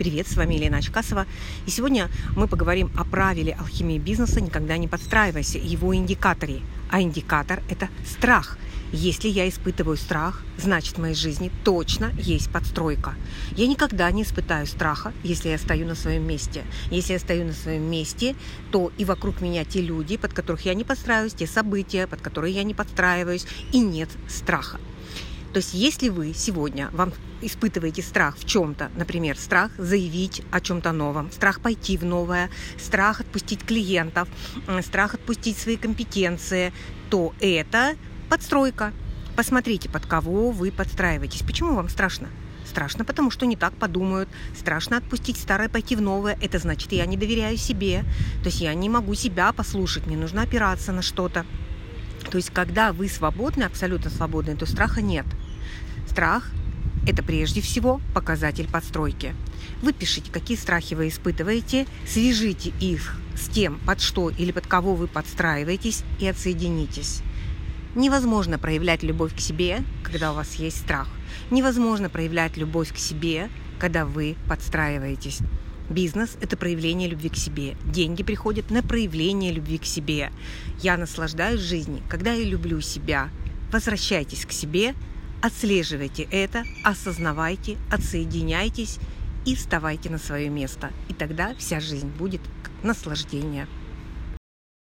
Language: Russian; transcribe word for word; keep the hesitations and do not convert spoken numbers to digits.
Привет, с вами Елена Очкасова. И сегодня мы поговорим о правиле алхимии бизнеса «Никогда не подстраивайся», его индикаторе. А индикатор – это страх. Если я испытываю страх, значит в моей жизни точно есть подстройка. Я никогда не испытаю страха, если я стою на своем месте. Если я стою на своем месте, то и вокруг меня те люди, под которых я не подстраиваюсь, те события, под которые я не подстраиваюсь, и нет страха. То есть если вы сегодня вам испытываете страх в чем-то, например, страх заявить о чем-то новом, страх пойти в новое, страх отпустить клиентов, страх отпустить свои компетенции, то это подстройка. Посмотрите, под кого вы подстраиваетесь. Почему вам страшно? Страшно, потому что не так подумают. Страшно отпустить старое, пойти в новое. Это значит, я не доверяю себе. То есть я не могу себя послушать, мне нужно опираться на что-то. То есть когда вы свободны, абсолютно свободны, то страха нет. Страх – это прежде всего показатель подстройки. Вы пишите, какие страхи вы испытываете, свяжите их с тем, под что или под кого вы подстраиваетесь, и отсоединитесь. Невозможно проявлять любовь к себе, когда у вас есть страх. Невозможно проявлять любовь к себе, когда вы подстраиваетесь. Бизнес – это проявление любви к себе. Деньги приходят на проявление любви к себе. Я наслаждаюсь жизнью, когда я люблю себя. Возвращайтесь к себе, отслеживайте это, осознавайте, отсоединяйтесь и вставайте на свое место. И тогда вся жизнь будет как наслаждение.